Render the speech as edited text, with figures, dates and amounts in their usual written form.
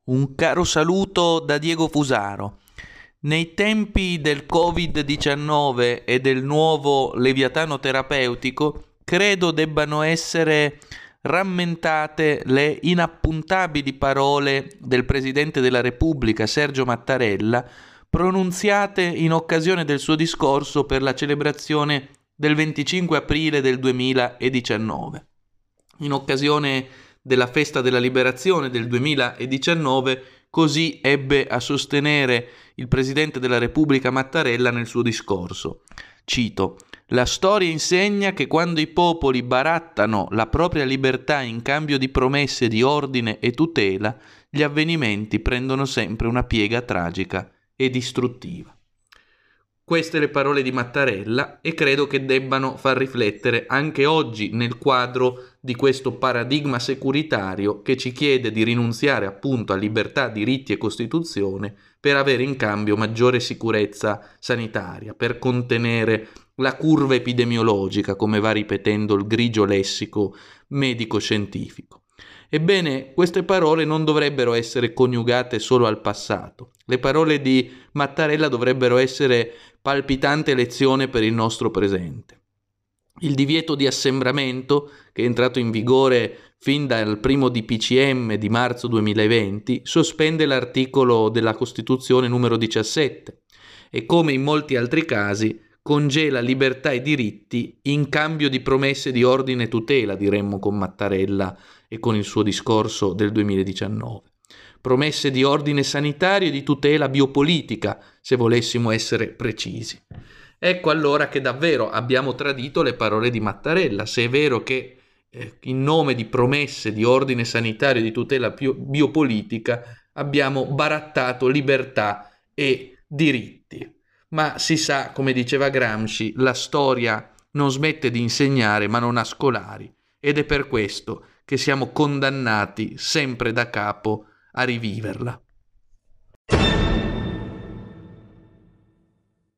Un caro saluto da Diego Fusaro. Nei tempi del Covid-19 e del nuovo Leviatano terapeutico, credo debbano essere rammentate le inappuntabili parole del Presidente della Repubblica, Sergio Mattarella, pronunziate in occasione del suo discorso per la celebrazione del 25 aprile del 2019. In occasione della festa della liberazione del 2019, così ebbe a sostenere il Presidente della Repubblica Mattarella nel suo discorso. Cito: «La storia insegna che quando i popoli barattano la propria libertà in cambio di promesse di ordine e tutela, gli avvenimenti prendono sempre una piega tragica e distruttiva». Queste le parole di Mattarella e credo che debbano far riflettere anche oggi nel quadro di questo paradigma securitario che ci chiede di rinunziare appunto a libertà, diritti e Costituzione per avere in cambio maggiore sicurezza sanitaria, per contenere la curva epidemiologica, come va ripetendo il grigio lessico medico-scientifico. Ebbene, queste parole non dovrebbero essere coniugate solo al passato. Le parole di Mattarella dovrebbero essere palpitante lezione per il nostro presente. Il divieto di assembramento, che è entrato in vigore fin dal primo DPCM di marzo 2020, sospende l'articolo della Costituzione numero 17 e, come in molti altri casi, congela libertà e diritti in cambio di promesse di ordine e tutela, diremmo con Mattarella e con il suo discorso del 2019. Promesse di ordine sanitario e di tutela biopolitica, se volessimo essere precisi. Ecco allora che davvero abbiamo tradito le parole di Mattarella, se è vero che in nome di promesse di ordine sanitario e di tutela biopolitica abbiamo barattato libertà e diritti. Ma si sa, come diceva Gramsci, la storia non smette di insegnare ma non ha scolari, ed è per questo che siamo condannati sempre da capo a riviverla.